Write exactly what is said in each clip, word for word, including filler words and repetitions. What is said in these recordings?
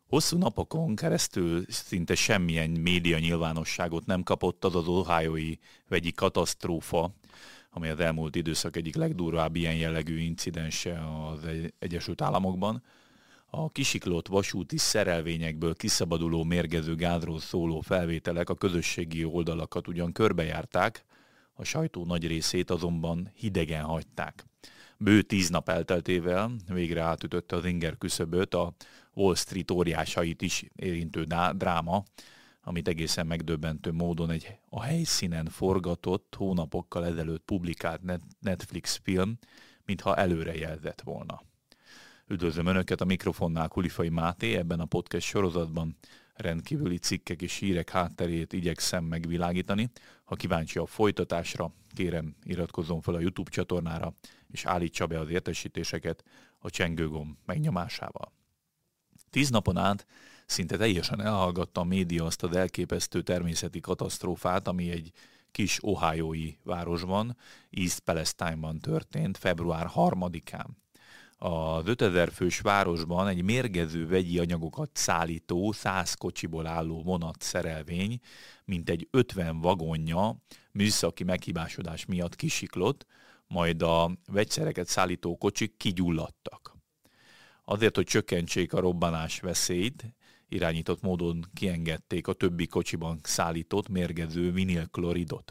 Hosszú napokon keresztül szinte semmilyen média nyilvánosságot nem kapott az az ohiói vegyi katasztrófa, amely az elmúlt időszak egyik legdurvább ilyen jellegű incidense az Egyesült Államokban. A kisiklott vasúti szerelvényekből kiszabaduló mérgező gázról szóló felvételek a közösségi oldalakat ugyan körbejárták, a sajtó nagy részét azonban hidegen hagyták. Bő tíz nap elteltével végre átütötte az inger küszöböt a Wall Street óriásait is érintő dráma, amit egészen megdöbbentő módon egy a helyszínen forgatott, hónapokkal ezelőtt publikált Netflix film, mintha előrejelzett volna. Üdvözlöm Önöket, a mikrofonnál Kulifai Máté, ebben a podcast sorozatban rendkívüli cikkek és hírek hátterét igyekszem megvilágítani. Ha kíváncsi a folytatásra, kérem iratkozzon fel a YouTube csatornára, és állítsa be az értesítéseket a csengőgomb megnyomásával. Tíz napon át szinte teljesen elhallgatta a média azt az elképesztő természeti katasztrófát, ami egy kis ohiói városban, East Palestine-ban történt február harmadikán. Az ötezer fős városban egy mérgező vegyi anyagokat szállító, száz kocsiból álló vonat szerelvény, mintegy ötven vagonja műszaki meghibásodás miatt kisiklott, majd a vegyszereket szállító kocsik kigyulladtak. Azért, hogy csökkentsék a robbanás veszélyt, irányított módon kiengedték a többi kocsiban szállított mérgező vinilkloridot.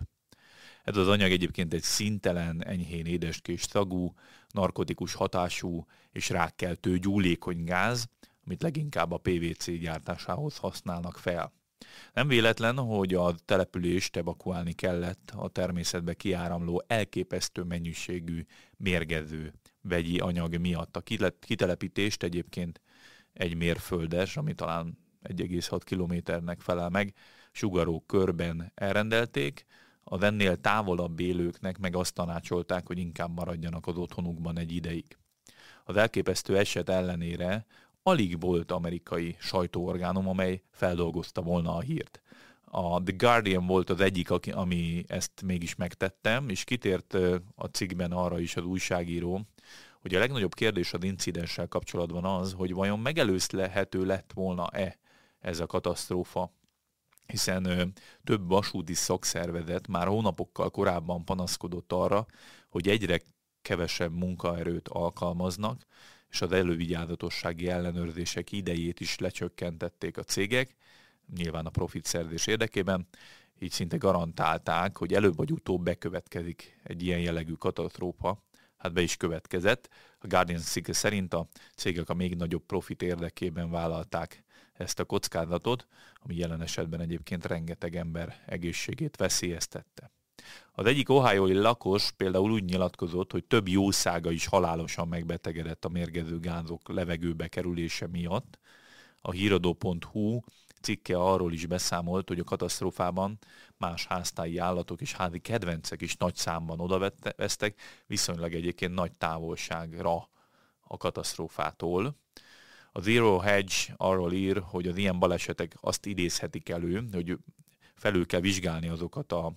Ez az anyag egyébként egy színtelen, enyhén édeskés szagú, narkotikus hatású és rákkeltő gyúlékony gáz, amit leginkább a pé vé cé gyártásához használnak fel. Nem véletlen, hogy a települést evakuálni kellett a természetbe kiáramló elképesztő mennyiségű mérgező vegyi anyag miatt. A kitelepítést egyébként egy mérföldes, ami talán egy egész hat kilométernek felel meg, sugaró körben elrendelték, az ennél távolabb élőknek meg azt tanácsolták, hogy inkább maradjanak az otthonukban egy ideig. Az elképesztő eset ellenére alig volt amerikai sajtóorgánum, amely feldolgozta volna a hírt. A The Guardian volt az egyik, ami ezt mégis megtettem, és kitért a cikkben arra is az újságíró, hogy a legnagyobb kérdés az incidenssel kapcsolatban az, hogy vajon megelőzhető lett volna-e ez a katasztrófa, hiszen ö, több vasúti szakszervezet már hónapokkal korábban panaszkodott arra, hogy egyre kevesebb munkaerőt alkalmaznak, és az elővigyázatossági ellenőrzések idejét is lecsökkentették a cégek, nyilván a profitszerzés érdekében, így szinte garantálták, hogy előbb vagy utóbb bekövetkezik egy ilyen jellegű katasztrófa. Hát be is következett. A Guardian cikke szerint a cégek a még nagyobb profit érdekében vállalták ezt a kockázatot, ami jelen esetben egyébként rengeteg ember egészségét veszélyeztette. Az egyik ohiói lakos például úgy nyilatkozott, hogy több jószága is halálosan megbetegedett a mérgező gázok levegőbe kerülése miatt. A híradó pont hu cikke arról is beszámolt, hogy a katasztrófában más háztáji állatok és házi kedvencek is nagy számban odavesztek, viszonylag egyébként nagy távolságra a katasztrófától. A Zero Hedge arról ír, hogy az ilyen balesetek azt idézhetik elő, hogy felül kell vizsgálni azokat a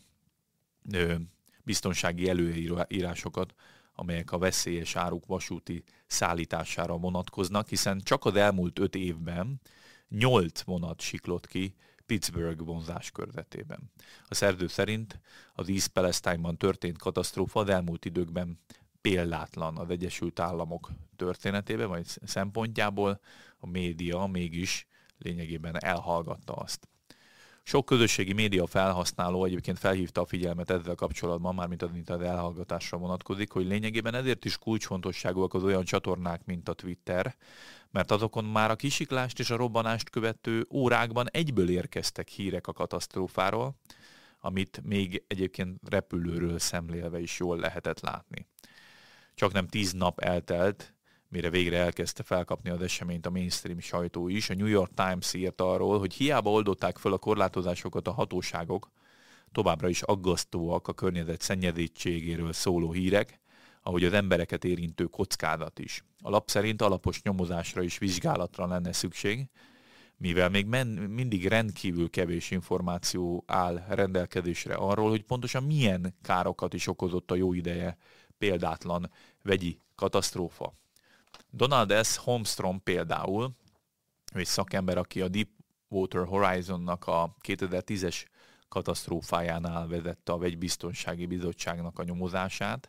ö, biztonsági előírásokat, amelyek a veszélyes áruk vasúti szállítására vonatkoznak, hiszen csak az elmúlt öt évben nyolc vonat siklott ki Pittsburgh vonzás körzetében. A szerző szerint az East Palestine-ban történt katasztrófa az elmúlt időkben példátlan az Egyesült Államok történetében, vagy szempontjából, a média mégis lényegében elhallgatta azt. Sok közösségi média felhasználó egyébként felhívta a figyelmet ezzel kapcsolatban, mármint az, mint az elhallgatásra vonatkozik, hogy lényegében ezért is kulcsfontosságúak az olyan csatornák, mint a Twitter, mert azokon már a kisiklást és a robbanást követő órákban egyből érkeztek hírek a katasztrófáról, amit még egyébként repülőről szemlélve is jól lehetett látni. Csak nem tíz nap eltelt, mire végre elkezdte felkapni az eseményt a mainstream sajtó is. A New York Times írt arról, hogy hiába oldották fel a korlátozásokat a hatóságok, továbbra is aggasztóak a környezet szennyezettségéről szóló hírek, ahogy az embereket érintő kockázat is. A lap szerint alapos nyomozásra és vizsgálatra lenne szükség, mivel még men- mindig rendkívül kevés információ áll rendelkezésre arról, hogy pontosan milyen károkat is okozott a jó ideje példátlan vegyi katasztrófa. Donald S. Holmstrom például Ő egy szakember, aki a Deepwater Horizonnak a kétezer-tízes katasztrófájánál vezette a Vegybiztonsági Bizottságnak a nyomozását.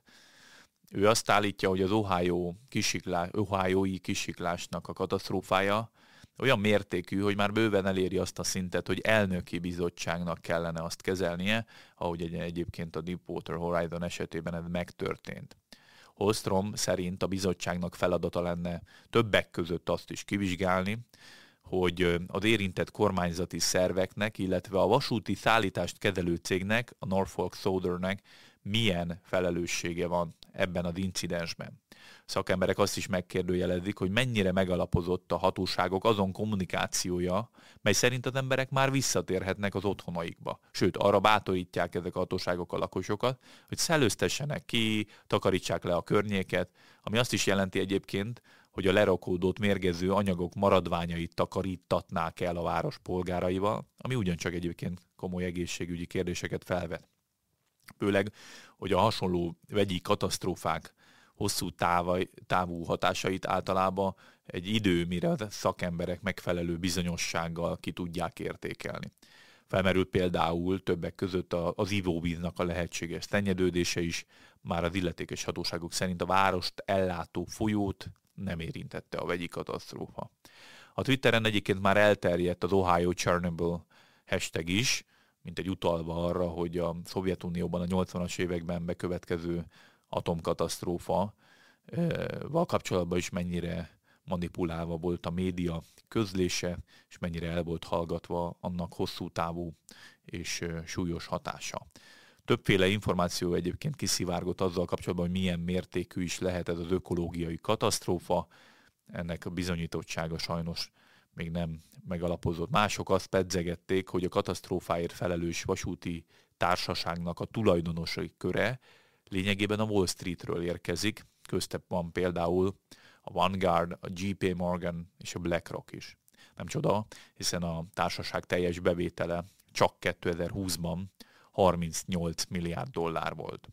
Ő azt állítja, hogy az Ohio kisiklás, Ohiói kisiklásnak a katasztrófája olyan mértékű, hogy már bőven eléri azt a szintet, hogy elnöki bizottságnak kellene azt kezelnie, ahogy egy, egyébként a Deepwater Horizon esetében ez megtörtént. Ostrom szerint a bizottságnak feladata lenne többek között azt is kivizsgálni, hogy az érintett kormányzati szerveknek, illetve a vasúti szállítást kezelő cégnek, a Norfolk Southernnek milyen felelőssége van ebben az incidensben. Szakemberek azt is megkérdőjelezik, hogy mennyire megalapozott a hatóságok azon kommunikációja, mely szerint az emberek már visszatérhetnek az otthonaikba. Sőt, arra bátorítják ezek a hatóságok a lakosokat, hogy szellőztessenek ki, takarítsák le a környéket, ami azt is jelenti egyébként, hogy a lerakódott mérgező anyagok maradványait takarítatnák el a város polgáraival, ami ugyancsak egyébként komoly egészségügyi kérdéseket felvet. Főleg, hogy a hasonló vegyi katasztrófák hosszú távaj, távú hatásait általában egy idő, mire a szakemberek megfelelő bizonyossággal ki tudják értékelni. Felmerült például többek között az ivóvíznak a lehetséges szennyeződése is, már az illetékes hatóságok szerint a várost ellátó folyót nem érintette a vegyi katasztrófa. A Twitteren egyébként már elterjedt az Ohio Chernobyl hashtag is, mint egy utalva arra, hogy a Szovjetunióban a nyolcvanas években bekövetkező atomkatasztrófa val kapcsolatban is mennyire manipulálva volt a média közlése, és mennyire el volt hallgatva annak hosszú távú és súlyos hatása. Többféle információ egyébként kiszivárgott azzal kapcsolatban, hogy milyen mértékű is lehet ez az ökológiai katasztrófa. Ennek a bizonyítottsága sajnos még nem megalapozott. Mások azt pedzegették, hogy a katasztrófáért felelős vasúti társaságnak a tulajdonosai köre lényegében a Wall Streetről érkezik. Köztük van például a Vanguard, a J P Morgan és a BlackRock is. Nem csoda, hiszen a társaság teljes bevétele csak kétezer-húszban harmincnyolc milliárd dollár volt.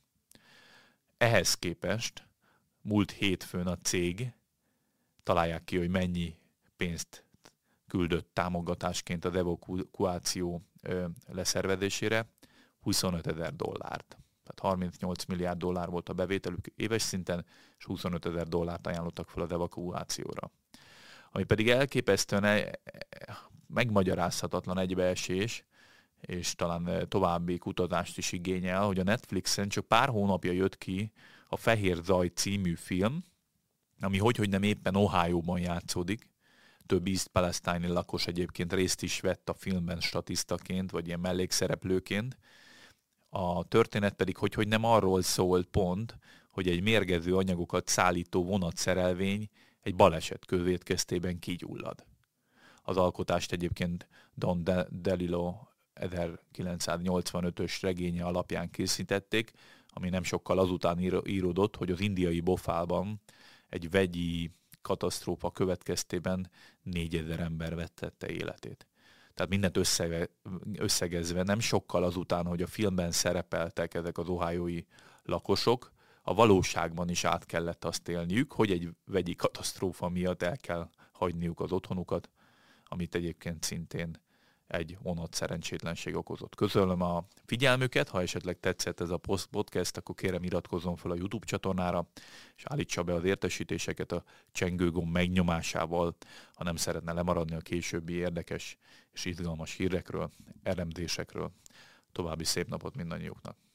Ehhez képest múlt hétfőn a cég, találják ki, hogy mennyi pénzt küldött támogatásként az evakuáció leszervezésére, huszonöt ezer dollárt. Tehát harmincnyolc milliárd dollár volt a bevételük éves szinten, és huszonöt ezer dollárt ajánlottak fel az evakuációra. Ami pedig elképesztően megmagyarázhatatlan egybeesés, és talán további kutatást is igényel, hogy a Netflixen csak pár hónapja jött ki a Fehér Zaj című film, ami hogyhogy nem éppen Ohio-ban játszódik. Több East Palestine-i lakos egyébként részt is vett a filmben statisztaként, vagy ilyen mellékszereplőként. A történet pedig hogyhogy nem arról szól pont, hogy egy mérgező anyagokat szállító vonatszerelvény egy baleset következtében kigyullad. Az alkotást egyébként Don DeLillo ezerkilencszáznyolcvanötös regénye alapján készítették, ami nem sokkal azután íródott, hogy az indiai Bhopalban egy vegyi katasztrófa következtében négyezer ember vesztette életét. Tehát mindent összege, összegezve nem sokkal azután, hogy a filmben szerepeltek ezek az ohiói lakosok, a valóságban is át kellett azt élniük, hogy egy vegyi katasztrófa miatt el kell hagyniuk az otthonukat, amit egyébként szintén egy vonat szerencsétlenség okozott. Köszönöm a figyelmüket, ha esetleg tetszett ez a podcast, akkor kérem iratkozzon fel a YouTube csatornára, és állítsa be az értesítéseket a csengőgomb megnyomásával, ha nem szeretne lemaradni a későbbi érdekes és izgalmas hírekről, elemzésekről. További szép napot mindannyiuknak!